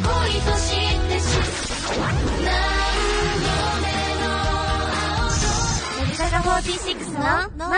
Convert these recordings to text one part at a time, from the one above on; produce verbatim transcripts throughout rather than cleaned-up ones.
乃木坂フォーティーシックスのの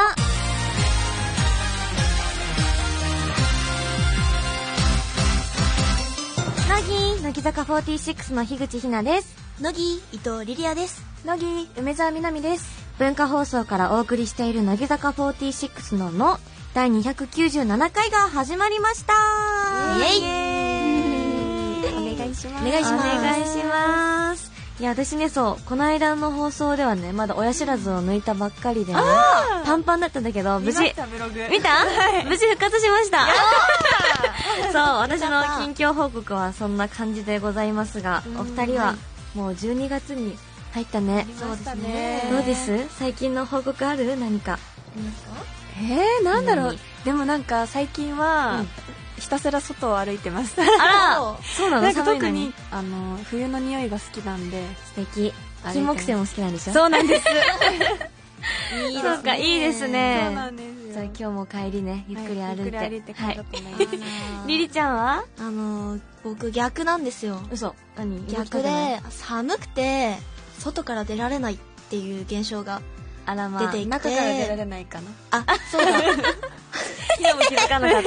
乃木乃木坂フォーティーシックスの樋口ひなです。 乃木伊藤リリアです。 乃木梅澤美波です。文化放送からお送りしている乃木坂フォーティーシックスののだいにひゃくきゅうじゅうななかいが始まりました。 イエイお願いします。 お願いします。 お願いします。いや、私ね、そう、この間の放送ではね、まだ親知らずを抜いたばっかりでね、パンパンだったんだけど、無事、見た見た、はい、無事復活しました。そう、私の近況報告はそんな感じでございますが、お二人はもうじゅうにがつに入ったね。 そうですね。 どうです？最近の報告ある？何か。 えー、なんだろう。でもなんか最近は、うん、ひたすら外を歩いてます。 あら、そうなの？ なんか特にあの冬の匂いが好きなんで。 素敵。金木犀も好きなんでしょ？ そうなんです。 いいですね。そうか、いいですね。 そうなんですよ。 じゃあ今日も帰りね、ゆっくり歩いて。 ゆっくり歩いて帰ろうと思います。 リリちゃんは？ あのー、僕逆なんですよ。 嘘。何？ 逆で寒くて外から出られないっていう現象があら、まあ、 出てきて、 中から出られないかな。 あ、そうだ。 ひなも気づかなかった。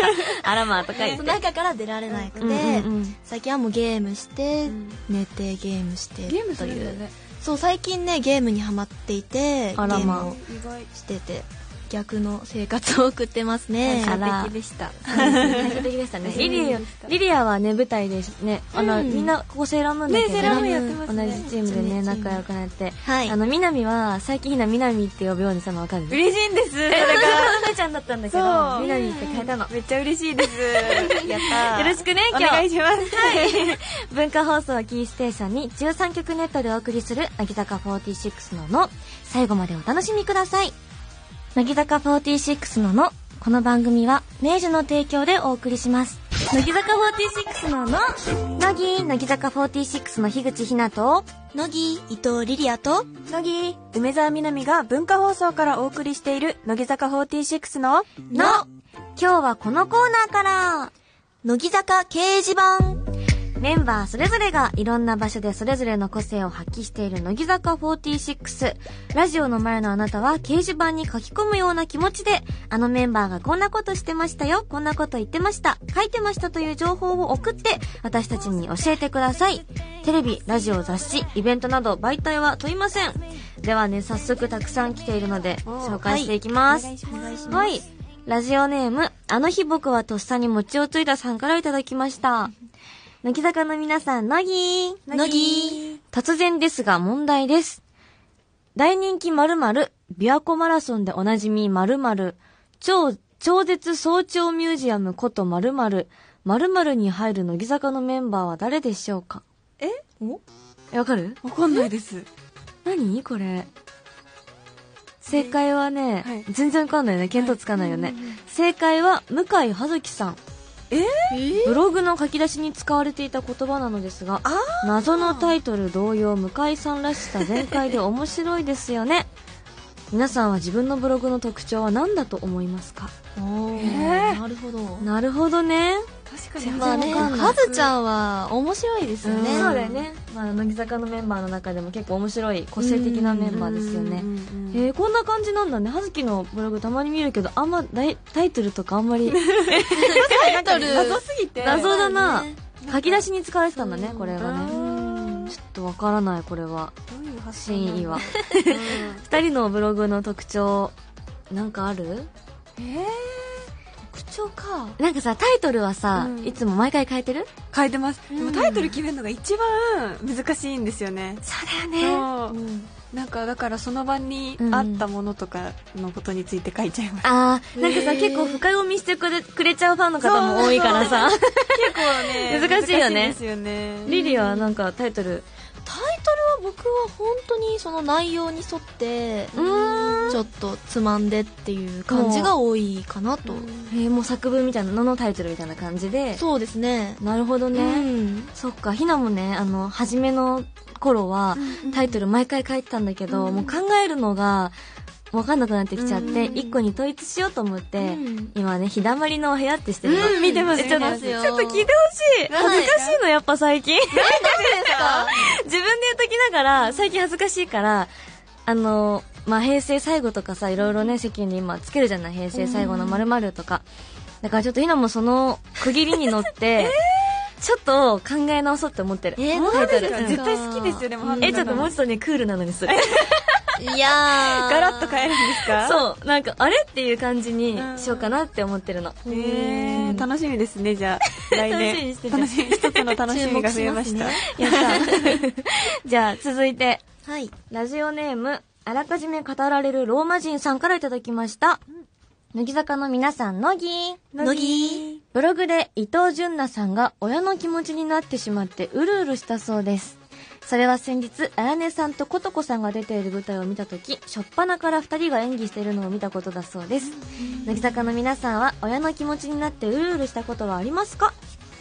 あらまあとか言って。 中から出られなくて、うんうんうん、最近はもうゲームして、うん、寝てゲームしてゲームするんだよね。 そう、最近ねゲームにハマっていて、 あら、まあ、 ゲームをしてて逆の生活を送ってますね。 対照的でした。 対照的でしたね。リリア、リリアはね、舞台ですね。あの、うん、みんなここセーラームーンだけど、 ね、セーラームーンやってますね。 同じチームでね、仲良くなって。 はい。 あの、みなみは、最近ひなみなみって呼ぶようにしたのわかる？ 嬉しいんです。それが、 ふなちゃんだったんだけど、みなみって変えたの。 めっちゃ嬉しいです。やったー。 よろしくね、今日。 お願いします。はい。 文化放送キーステーションにじゅうさんきょくネットでお送りする、乃木坂フォーティーシックスのの、最後までお楽しみください。乃木坂フォーティーシックスのの、この番組は明治の提供でお送りします。乃木坂フォーティーシックスのの、乃木乃木坂フォーティーシックスの樋口ひなと、 乃木伊藤リリアと、 乃木梅澤美波が文化放送からお送りしている乃木坂フォーティーシックスのの、今日はこのコーナーから、 乃木坂掲示板。 メンバーそれぞれがいろんな場所でそれぞれの個性を発揮している乃木坂フォーティーシックス。ラジオの前のあなたは掲示板に書き込むような気持ちで、あのメンバーがこんなことしてましたよ、こんなこと言ってました、書いてましたという情報を送って私たちに教えてください。テレビ、ラジオ、雑誌、イベントなど媒体は問いません。ではね、早速たくさん来ているので紹介していきます。 はい、お願いします。 はい。ラジオネーム、あの日僕はとっさに餅をついたさんからいただきました。乃木坂の皆さん、乃木乃木突然ですが問題です。大人気〇〇、琵琶湖マラソンでおなじみ〇〇、超、超絶早朝ミュージアムこと〇〇、〇〇に入る乃木坂のメンバーは誰でしょうか？ え？ お？え、わかる？ わかんないです。 何これ？正解はね、はい、全然わかんないね。見当つかないよね。はい、正解は、向井葉月さん。 えー、 ブログの書き出しに使われていた言葉なのですが、謎のタイトル同様、向井さんらしさ全開で面白いですよね。皆さんは自分のブログの特徴は何だと思いますか？ おー、えー、なるほど。 なるほどね。 確かに。まあね、カズちゃんは面白いですよね。 うん、そうだよね。まあ、乃木坂のメンバーの中でも結構面白い個性的なメンバーですよね。えー、こんな感じなんだね。葉月のブログたまに見るけど、あんまタイトルとかあんまりタイトル謎すぎて謎だな。書き出しに使われてたんだね、これがね。ちょっとわからない、これは。 どういう発想？真意は。二人のブログの特徴なんかある？ えー特徴か。 なんかさ、タイトルはさ、うん、いつも毎回変えてる？ 変えてます。でもタイトル決めるのが一番難しいんですよね。 そうだよね。 そう、うん、なんかだからその場にあったものとかのことについて書いちゃいます。 うん、あー、なんかさ、結構深読みしてくれ、くれちゃうファンの方も多いからさ。 結構ね、 難しいよね。 難しいですよね。 リリはなんかタイトル、 タイトルは僕は本当にその内容に沿ってちょっとつまんでっていう感じが多いかなと。 えー、もう作文みたいなののタイトルみたいな感じで。 そうですね。 なるほどね。うん、そっか、ひなもね、あの初めの頃はタイトル毎回書いてたんだけど、うん、もう考えるのがわかんなくなってきちゃって一個に統一しようと思って、うん、今ね日だまりのお部屋ってしてるの、 うん、見てますちょっとちょっと聞いてほしい恥ずかしいのやっぱ最近何ですか自分で言うときながら最近恥ずかしいからあのまあ平成最後とかさいろいろね世間に今つけるじゃない平成最後の〇〇とかだからちょっとひなもその区切りに乗って、えー、ちょっと考え直そうって思ってる。 えー、タイトル絶対好きですよでもえちょっともうちょっとねクールなのにするいやーガラッと変えるんですか。 そうなんかあれっていう感じにしようかなって思ってるの。 えー、楽しみですねじゃあ来年楽しみにしてて楽しみ一つの楽しみが増えました、 ね、やったじゃあ続いて、 はい、 ラジオネームあらかじめ語られるローマ人さんからいただきました。乃木坂の皆さん、乃木乃木ブログで伊藤純奈さんが親の気持ちになってしまってうるうるしたそうです。それは先日あやねさんとことこさんが出ている舞台を見たとき初っ端からふたりが演技しているのを見たことだそうです。乃木坂の皆さんは親の気持ちになってうるうるしたことはありますか。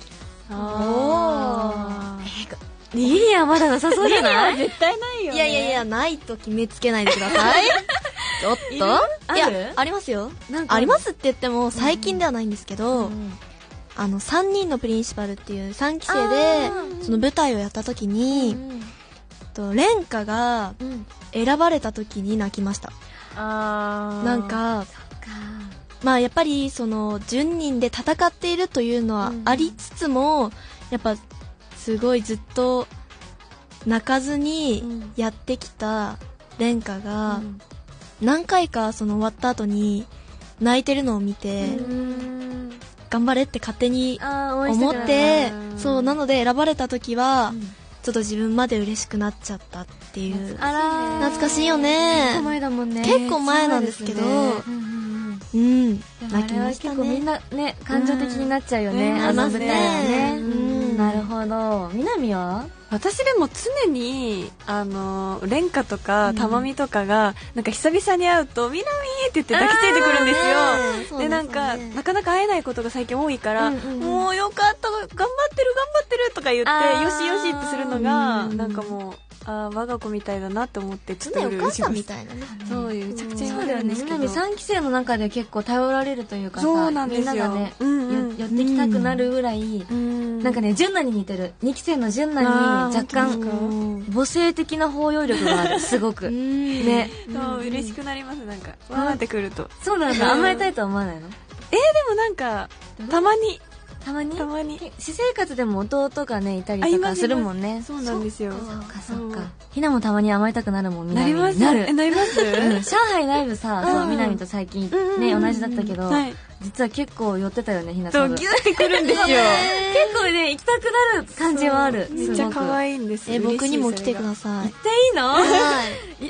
あーリリアまだなさそうじゃない絶対ないよね。 いやいやいやないと決めつけないでくださいちょっといやありますよ。ありますって言っても最近ではないんですけど、うん、あのさんにんのプリンシパルっていうさんきせいでその舞台をやった時に、うん、と蓮華が選ばれた時に泣きました。あーなんかまあやっぱりそのじゅうにんで戦っているというのはありつつも、うん、やっぱすごいずっと泣かずにやってきた蓮華が何回かその終わった後に泣いてるのを見て、頑張れって勝手に思って、そうなので選ばれた時はちょっと自分まで嬉しくなっちゃったっていう。懐かしいよね。 結構前だもんね。 結構前なんですけど、うん、 泣きましたね。結構みんなね感情的になっちゃうよね、あの舞台はね。なるほど。みなみは？ 私でも常にあの蓮華とかたまみとかが、うん、なんか久々に会うとみなみって言って抱きついてくるんですよ。でなんかなかなか会えないことが最近多いから、うんうん、もうよかった頑張ってる頑張ってるとか言ってよしよしってするのがなんかもうあ我が子みたいだなって思ってちょっとうるうるします。お母さんみたいなね。 そういうめちゃくちゃ言われるんですけど、 みなみさんきせいの中で結構頼られるというかさ、 そうなんですよ。 みんながね、うんうん、寄ってきたくなるぐらい、うん、なんかね純奈に似てる。にきせいの純奈に若干母性的な包容力がある。すごくね。 そう嬉しくなります。なんかわーってくると。 そうなんだ。甘えたいとは思わないの？ えー、でもなんかたまにたまにたまに私生活でも弟がねいたりとかするもんね。 そうなんですよ。 そうかそうか。ひなもたまに甘えたくなるもん。みなみなります。 なる。 なります。 うん、上海ライブさ、そうみなみと最近ね同じだったけど、実は結構寄ってたよねひなさん。 そうギュってくるんですよ。 結構ね行きたくなる感じはある。 めっちゃ可愛いんです。 え僕にも来てください。 行っていいの？はい。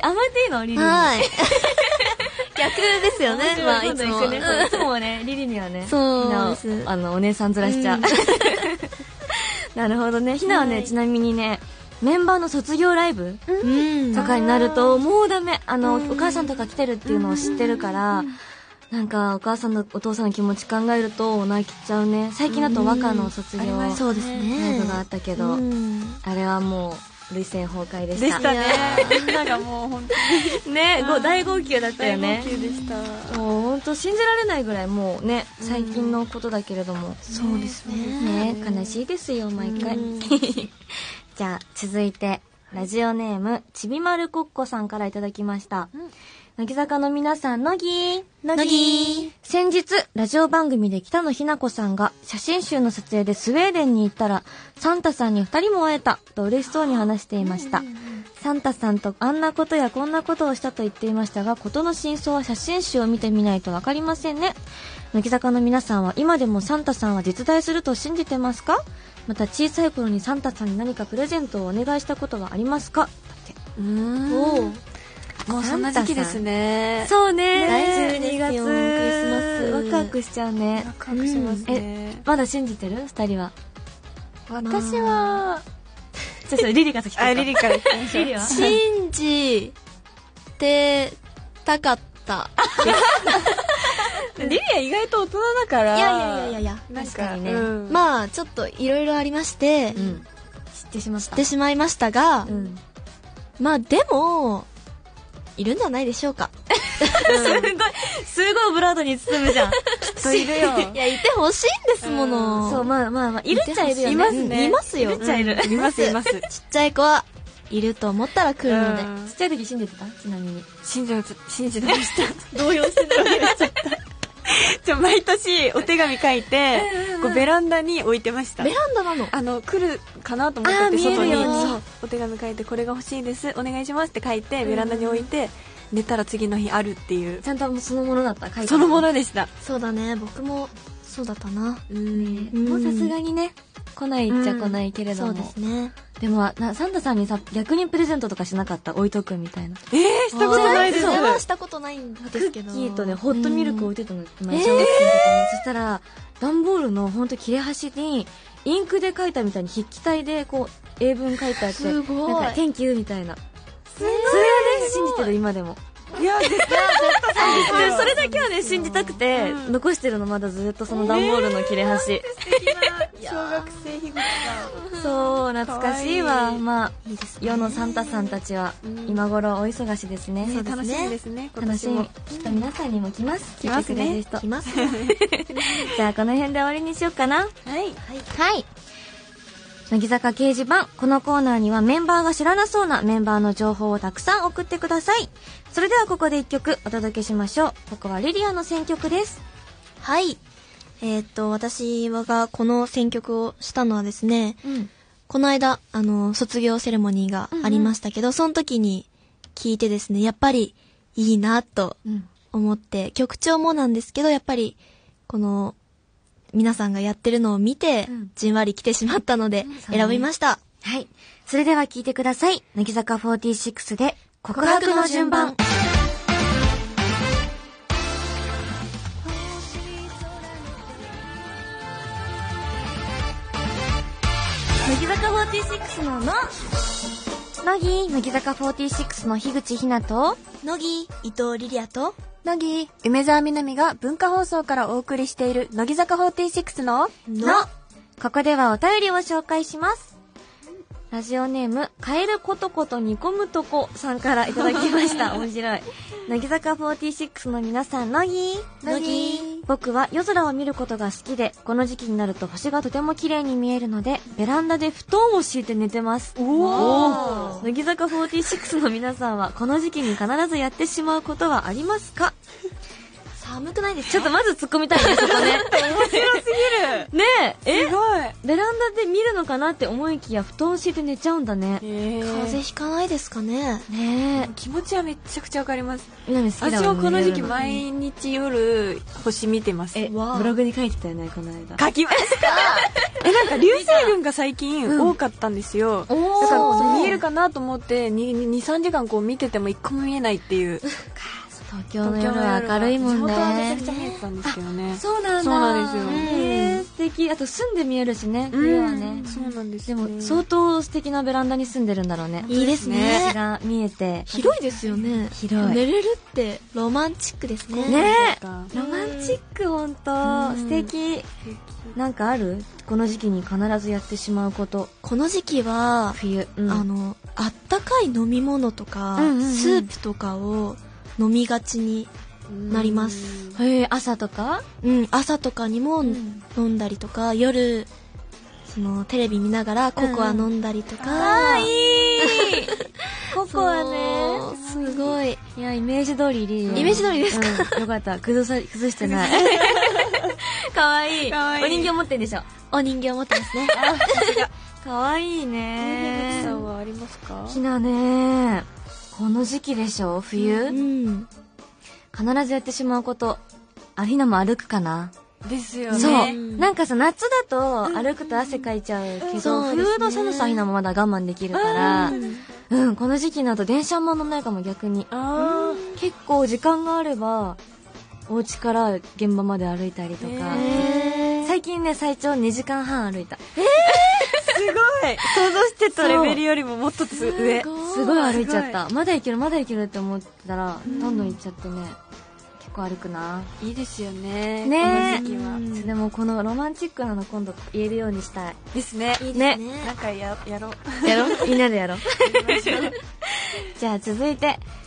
甘えていいのリリー？ はい。逆ですよね。 まあいつもね、いつもねリリにはね、 そうです。 あのお姉さんずらしちゃう。なるほどね。ひなはねちなみにねメンバーの卒業ライブとかになるともうダメ。あのお母さんとか来てるっていうのを知ってるから。なんかお母さんのお父さんの気持ち考えると泣きちゃうね。最近だと和歌の卒業ライブがあったけど、あれはもう涙腺崩壊でした。 でしたね。みんながもう本当にね、大号泣だったよね。 大号泣でした。 もう本当信じられないぐらいもうね最近のことだけれども、 そうですね。 ね悲しいですよ毎回。じゃあ続いてラジオネームちびまるこっこさんからいただきました。乃木坂の皆さん、乃木乃木先日、ラジオ番組で北野日な子さんが写真集の撮影でスウェーデンに行ったら、サンタさんに二人も会えたと嬉しそうに話していました。サンタさんとあんなことやこんなことをしたと言っていましたが、ことの真相は写真集を見てみないとわかりませんね。乃木坂の皆さんは今でもサンタさんは実在すると信じてますか？また小さい頃にサンタさんに何かプレゼントをお願いしたことはありますか？だって。 うーん。おー。もうそんな時期ですね。 そうね。 大丈夫ですよ。クリスマス。 ワクワクしちゃうね。 ワクワクしますね。 え、まだ信じてる？二人は。 私は、 ちょっとリリカ先聞こうか。 あ、リリから聞きましょう。 リリは信じてたかった。 リリは意外と大人だから。 いやいやいやいやいや。 確かにね。 まあ、ちょっといろいろありまして、 知ってしまった。 知ってしまいましたが、まあでも、 いるんじゃないでしょうか。 すごい、すごいオブラートに包むじゃん。きっといるよ。 いや、いてほしいんですもの。 そう、まあまあまあ、いるっちゃいるよね。 いますね。 いますよ。 いるっちゃいる。 います、います。 ちっちゃい子はいると思ったら来るので。 ちっちゃい時信じてた？ちなみに。 信じて、信じてました。 動揺してたら言っちゃった。 じゃ毎年お手紙書いて、こうベランダに置いてました。 ベランダなの？ あの、来るかなと思ってあー外に見えるよそうお手紙書いて、これが欲しいです、お願いしますって書いて、ベランダに置いて、寝たら次の日あるっていう。 ちゃんとそのものだった？書いてあるそのものでした。 そうだね、僕もそうだったな。 うん。 もうさすがにね、来ないっちゃ来ないけれども。 そうですね。 でもな、サンタさんにさ、逆にプレゼントとかしなかった？置いとくみたいな。 えー、したことないです。 それはしたことないんですけど。 クッキーとね、ホットミルク置いてたの、前うん小学生の時に。そしたら、段ボールのほんと切れ端に、インクで書いたみたいに筆記体でこう、英文書いてあって、 すごいなんか、Thank you みたいな。それはね、信じてる、今でも。 いや、絶対でそれだけはね、信じたくて、 うん、 残してるのまだずっとその段ボールの切れ端。 素敵な小学生樋口さん。 そう、懐かしいわ。 かわいいまあ、 いいですね。 世のサンタさんたちは、 うん今頃お忙しいですね。 ね、楽しみですね、今楽しみ年も。。 きっと皆さんにも来ます。 来ますね聞いてくれる人。 来ます。 じゃあ、この辺で終わりにしようかな。 はい。 はい。乃木坂掲示板。このコーナーにはメンバーが知らなそうなメンバーの情報をたくさん送ってください。それではここで一曲お届けしましょう。ここはリリアの選曲です。 はい。えーっと、私がこの選曲をしたのはですね、 うん。 この間、あの、卒業セレモニーがありましたけど、その時に聞いてですね、やっぱりいいなとうん。 思って、曲調もなんですけど、やっぱり、この、皆さんがやってるのを見て、 うんじんわり来てしまったので、 そうね選びました。 はい。それでは聞いてください。乃木坂フォーティーシックスで告白の順番。乃木坂フォーティーシックスのの乃木、乃木坂フォーティーシックスの樋口ひなと、 乃木、伊藤リリアと、 乃木、梅沢みなみが文化放送からお送りしている乃木坂フォーティーシックスのの、ここではお便りを紹介します。ラジオネーム、カエルことこと煮込むとこさんからいただきました。面白い。乃木坂フォーティーシックスの皆さん、乃木乃木僕は夜空を見ることが好きで、この時期になると星がとても綺麗に見えるので、ベランダで布団を敷いて寝てます。 お乃木坂フォーティーシックスの皆さんは、この時期に必ずやってしまうことはありますか？ 寒くないですか？ ちょっとまず突っ込みたいね、そこね。 面白すぎる。 ねえ、えすごい。 ベランダで見るのかなって思いきや、布団を敷いて寝ちゃうんだね。 え風邪ひかないですかね？ ねえ。 気持ちはめっちゃくちゃわかります。 みなみ好きだ私わもこの時期寝れる毎日夜星見てます。 え、 わあブログに書いてたよね、この間。 書きましたえ、なんか流星群が最近多かったんですよ。だおーからこう見えるかなと思ってに、さんじかんこう見てても一個も見えないっていう。 東京の夜は明るいもんね。 地元はめちゃくちゃ見えてたんですけどね。 そうなんだ。 そうなんですよへー、素敵。あと住んで見えるしね、冬はね。 そうなんですでね。 も、相当素敵なベランダに住んでるんだろうね。 いいです星ね。 が見えて。 広いですよね。 広い寝れるってロマンチックですね。 ねえ。 なんかロマンチック、ほんと。 うん素敵。なんかある？この時期に必ずやってしまうこと。 この時期は、 冬。うんあの、あったかい飲み物とか、 うんうんうんスープとかを飲みがちになります。 へー、朝とか？ うん、朝とかにもん飲んだりとか、夜、その、テレビ見ながらココア飲んだりとか。 あー、いいココアね。 そうすごい。 いや、イメージ通りリリー。 イメージ通りですかうん、よかった。崩さ、崩してない。かわいい。 かわいいお人形持ってんでしょ。 お人形持ってますね。 かわいい樋口ねさんはありますか？ ひなね、この時期でしょ、冬、 うん。 必ずやってしまうこと。あ、ひなも歩くかな。 ですよね。 そう。 んなんかさ、夏だと歩くと汗かいちゃうけど、 そうですね冬の寒さはひなもまだ我慢できるから、うん、この時期になると電車も乗んないかも逆に。 あ結構時間があれば、お家から現場まで歩いたりとか。 へー最近ね、最長にじかんはん歩いた。 ー、すごい。想像してたレベルよりももっとつ上。 すごい歩いちゃった。まだいけるまだいけるって思ってたら、どんどん行っちゃってね。結構歩くな。 いいですよね。 ねえこの時期は。 うんでもこのロマンチックなの今度言えるようにしたい。 ですね。 いいですねね。 なんかや、やろう。 やろうみんなでやろう。じゃあ続いて、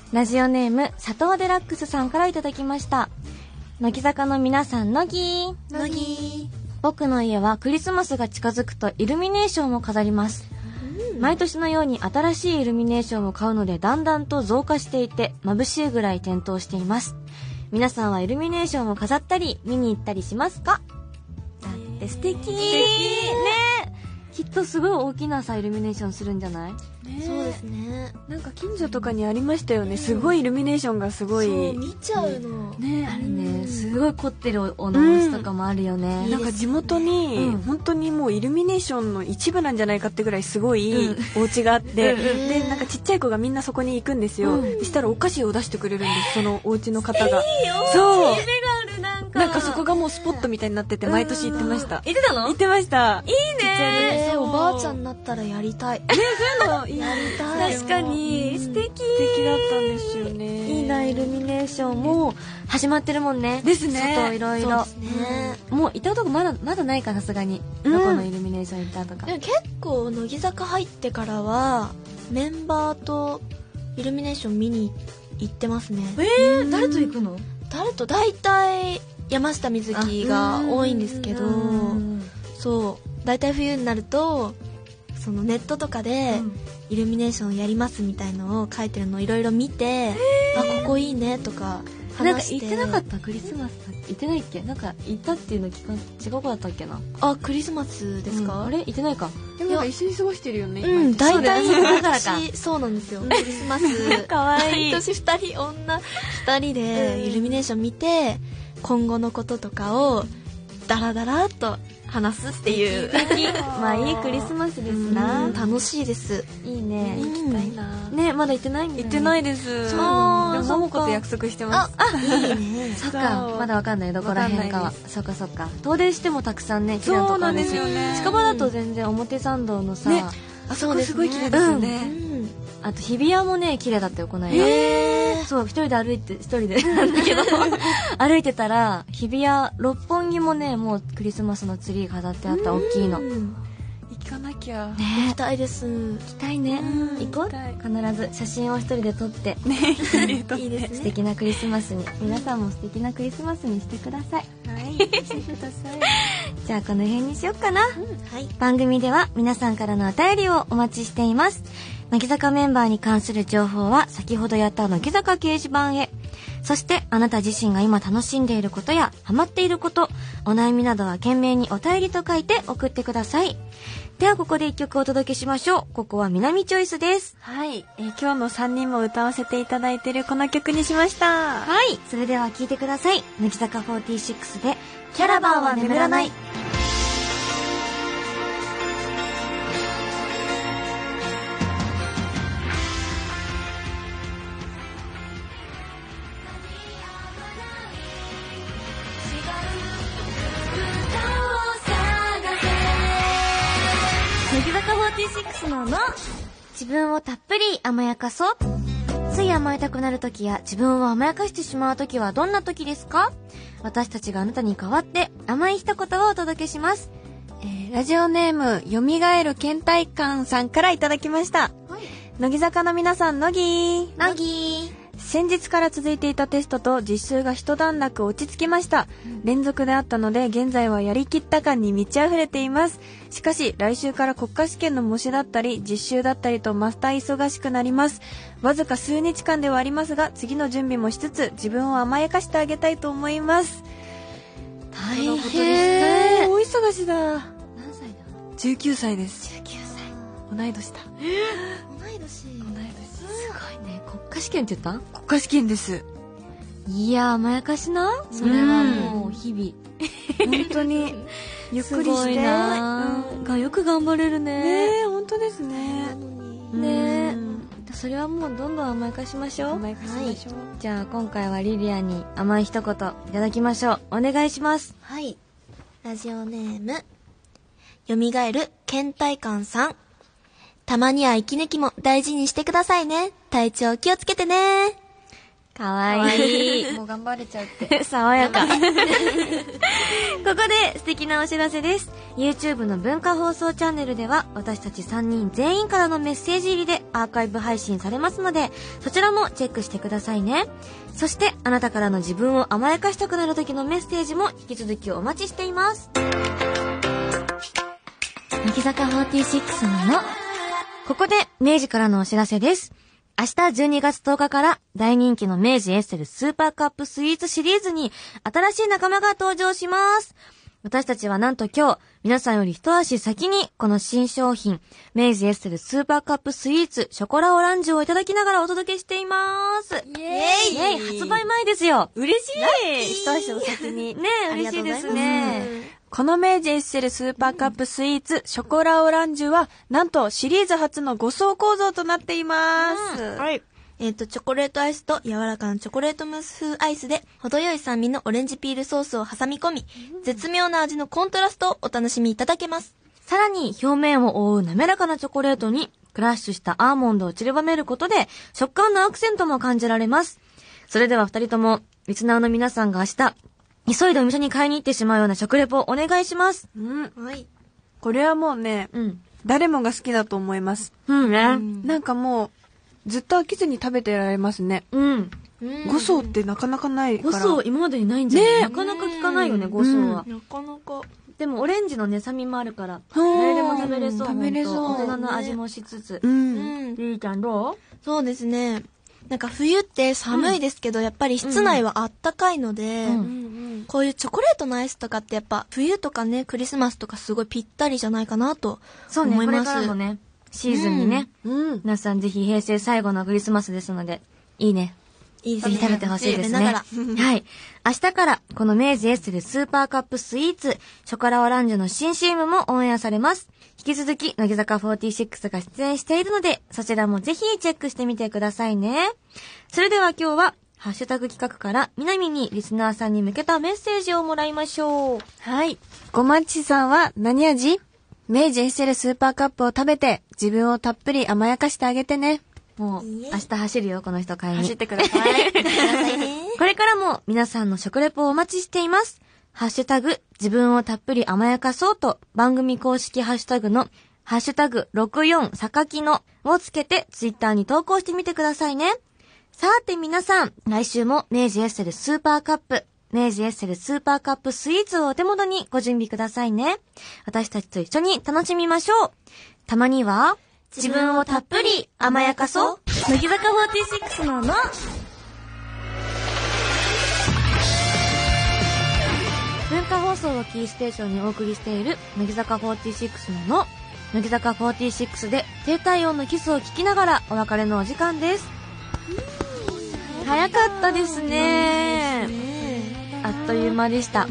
ラジオネーム佐藤デラックスさんからいただきました。乃木坂の皆さん、乃木乃木僕の家はクリスマスが近づくとイルミネーションを飾ります、うん、毎年のように新しいイルミネーションを買うのでだんだんと増加していて眩しいぐらい点灯しています。皆さんはイルミネーションを飾ったり見に行ったりしますか？だって素敵、素敵ね。きっとすごい大きなさイルミネーションするんじゃない？ ね、そうですね。 なんか近所とかにありましたよね、うん、すごいイルミネーションがすごいそう見ちゃうの、 ね、 あるね、すごい凝ってるおのお家とかもあるよね、 うん、なんか地元に、うん、本当にもうイルミネーションの一部なんじゃないかってぐらいすごいお家があって、うん、でなんかちっちゃい子がみんなそこに行くんですよ、うん、そしたらお菓子を出してくれるんです、そのお家の方が。 いいよ、 そうなんかなんかそこがもうスポットみたいになってて毎年行ってました。 行ってたの？ 行ってました。 いいね。 えー、おばあちゃんになったらやりたい。ね、 そういうのやりたい。 確かに素敵。 素敵だったんですよね。 いいな、イルミネーションも始まってるもんね。 ですね。 外いろいろ。 そうですね。 もう行ったとこまだまだないか、さすがに。どこのイルミネーション行ったとか。 でも結構乃木坂入ってからはメンバーとイルミネーション見に行ってますね。 えー、誰と行くの？ 誰と大体山下美月が多いんですけど、そう大体冬になるとそのネットとかでイルミネーションやりますみたいのを書いてるのをいろいろ見て、あここいいねとか話して。 なんか行ってなかった？クリスマス行ってないっけ？なんか行ったっていうの聞か違う子だったっけな。 あ、クリスマスですか？ うん、あれ行ってないか。 でもなんか一緒に過ごしてるよね。 うん、大体だからか。 そうなんですよ。クリスマスかわいい。 毎年二人女二人でイルミネーション見て、今後のこととかをダラダラっと話すっていう。 まあいいクリスマスですな。 楽しいです。 いいね。 行きたいな。 ね、まだ行ってないんだよね。 行ってないです。 そう。 でも桃子と約束してます。 あ、いいね。 そっか、まだわかんないどこら辺かは。そっかそっか。遠出してもたくさんね、綺麗なところですよね。近場だと全然表参道のさ、 あそこすごい綺麗ですよね。 あと日比谷もね綺麗だったよこの間。 へー。 そう一人で歩いて一人でなんだけど歩いてたら日比谷六本木もねもうクリスマスのツリー飾ってあった大きいの。 行かなきゃ。 ね、行きたいです。 行きたいね。行こう。必ず写真を一人で撮ってねいいですね。 素敵なクリスマスに皆さんも素敵なクリスマスにしてください。 はい。してください。 じゃあこの辺にしよっかな。 はい。 番組では皆さんからのお便りをお待ちしています。乃木坂メンバーに関する情報は先ほどやった乃木坂掲示板へ。そしてあなた自身が今楽しんでいることやハマっていること、お悩みなどは懸命にお便りと書いて送ってください。ではここで一曲お届けしましょう。ここは南チョイスです。 はい、えー、今日のさんにんも歌わせていただいているこの曲にしました。 はい、それでは聴いてください。乃木坂フォーティーシックスでキャラバンは眠らない。乃木坂フォーティーシックスのの自分をたっぷり甘やかそう。つい甘えたくなる時や自分を甘やかしてしまう時はどんな時ですか？私たちがあなたに代わって甘い一言をお届けします。 えー、ラジオネームよみがえる倦怠感さんからいただきました。はい、乃木坂の皆さん、乃木乃木先日から続いていたテストと実習が一段落落ち着きました、うん、連続であったので現在はやりきった感に満ち溢れています。しかし来週から国家試験の模試だったり実習だったりとマスター忙しくなります。わずか数日間ではありますが次の準備もしつつ自分を甘やかしてあげたいと思います。 大変。 大忙しだ。 何歳だ？ じゅうきゅうさいです。 じゅうきゅうさい。 同い年だ。 同い年。同い年。すごいね。国家試験って言った？ 国家試験です。 いや甘やかしな。それはもう日々 本当にゆっくりしてすごいな、うん、がよく頑張れるね。 ねえ本当ですね。 ねえそれはもうどんどん甘やかしましょう。 甘やかしましょう、はい、 じゃあ今回はリリアに甘い一言いただきましょう。お願いします。 はい、ラジオネームよみがえる倦怠感さん。たまには息抜きも大事にしてくださいね。体調気をつけてね。 かわいい。 もう頑張れちゃうって。 爽やか。ここで素敵なお知らせです。YouTube の文化放送チャンネルでは、私たちさんにん全員からのメッセージ入りでアーカイブ配信されますので、そちらもチェックしてくださいね。そして、あなたからの自分を甘やかしたくなる時のメッセージも引き続きお待ちしています。乃木坂フォーティーシックスのの。ここで、明治からのお知らせです。明日じゅうにがつとおかから大人気の明治エッセルスーパーカップスイーツシリーズに新しい仲間が登場します。私たちはなんと今日皆さんより一足先にこの新商品明治エッセルスーパーカップスイーツショコラオランジュをいただきながらお届けしています。イエーイ、イエーイ、発売前ですよ。 嬉しい。一足お先に。 ねえ、嬉しいですね。 この明治エッセルスーパーカップスイーツショコラオランジュはなんとシリーズ初のご層構造となっています、うん、 はい。えっとチョコレートアイスと柔らかなチョコレートムース風アイスで程よい酸味のオレンジピールソースを挟み込み、うん、絶妙な味のコントラストをお楽しみいただけます。 さらに表面を覆う滑らかなチョコレートにクラッシュしたアーモンドを散りばめることで食感のアクセントも感じられます。それでは二人ともリスナーの皆さんが明日急いでお店に買いに行ってしまうような食レポをお願いします。 うん。はい。これはもうね、うん、誰もが好きだと思います。 うんね。 うん、なんかもう、ずっと飽きずに食べてられますね。うん。ご層ってなかなかないから。 ご層今までにないんじゃない、ね、なかなか聞かないよね、ご層は、 うん。なかなか。 でもオレンジのね、酸味もあるから、誰でも食べれそう。 食べれそう。 大人の味もしつつ。 うん。 リリちゃんどう？ そうですね。なんか冬って寒いですけど、うん、やっぱり室内はあったかいので、うん、こういうチョコレートのアイスとかってやっぱ冬とかね、クリスマスとかすごいぴったりじゃないかなと思います。そうね、 これからのね、シーズンにね、うん、皆さんぜひ平成最後のクリスマスですので、いいね。いいですね。ぜひ食べてほしいですね。はい。明日からこの明治エッセルスーパーカップスイーツショコラオランジュの新 シーエム もオンエアされます。引き続き乃木坂フォーティーシックスが出演しているので、そちらもぜひチェックしてみてくださいね。それでは今日はハッシュタグ企画からみなみにリスナーさんに向けたメッセージをもらいましょう。 はい。ごまっちさんは何味？明治エッセルスーパーカップを食べて自分をたっぷり甘やかしてあげてね。 もう明日走るよ、この人買いに。 走ってください。 これからも皆さんの食レポをお待ちしています。ハッシュタグ自分をたっぷり甘やかそうと番組公式ハッシュタグのハッシュタグろくよんさかきのをつけてツイッターに投稿してみてくださいね。さて皆さん、来週も明治エッセルスーパーカップ、明治エッセルスーパーカップスイーツをお手元にご準備くださいね。私たちと一緒に楽しみましょう。たまには自分をたっぷり甘やかそう。乃木坂フォーティーシックスのの。文化放送をキーステーションにお送りしている乃木坂フォーティーシックスのの。乃木坂フォーティーシックスで低体温のキスを聞きながらお別れのお時間です。早かったですね。あっという間でした。うん。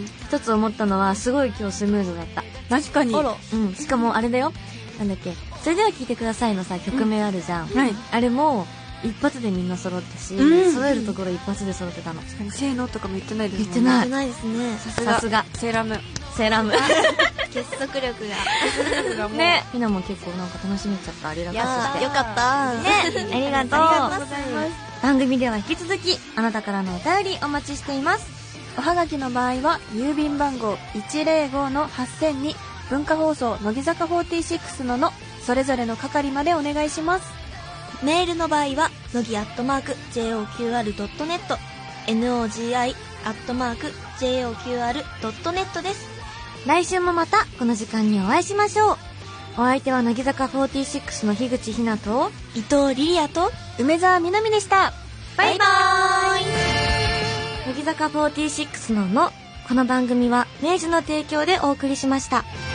一つ思ったのはすごい今日スムーズだった。 確かに。 うん。しかもあれだよ。なんだっけ。それでは聴いてくださいのさ、曲名あるじゃん。うん、はい。あれも一発でみんな揃ったし、うん、揃えるところ一発で揃ってたの。 確かにせーのとかも言ってないですもんね。 言ってない。 言ってないですね。 さすが。さすが。セーラム。 セーラム。 結束力が。 ね。ひなも結構なんか楽しめちゃった。リラックスして。 よかった。 ね。ありがとう。ありがとうございます。番組では引き続き、あなたからのお便りお待ちしています。 おはがきの場合は、郵便番号 いちぜろごのはっせんに、文化放送乃木坂フォーティーシックスのの、それぞれの係までお願いします。 メールの場合は、乃木アットマーク ジェイオーキューアールドットネット、ノギ アットマーク ジェイオーキューアールドットネットです。 来週もまたこの時間にお会いしましょう。お相手は乃木坂フォーティーシックスの樋口ひなと伊藤リリアと梅澤みなみでした。 バイバーイ。乃木坂フォーティーシックスのの、この番組は明治の提供でお送りしました。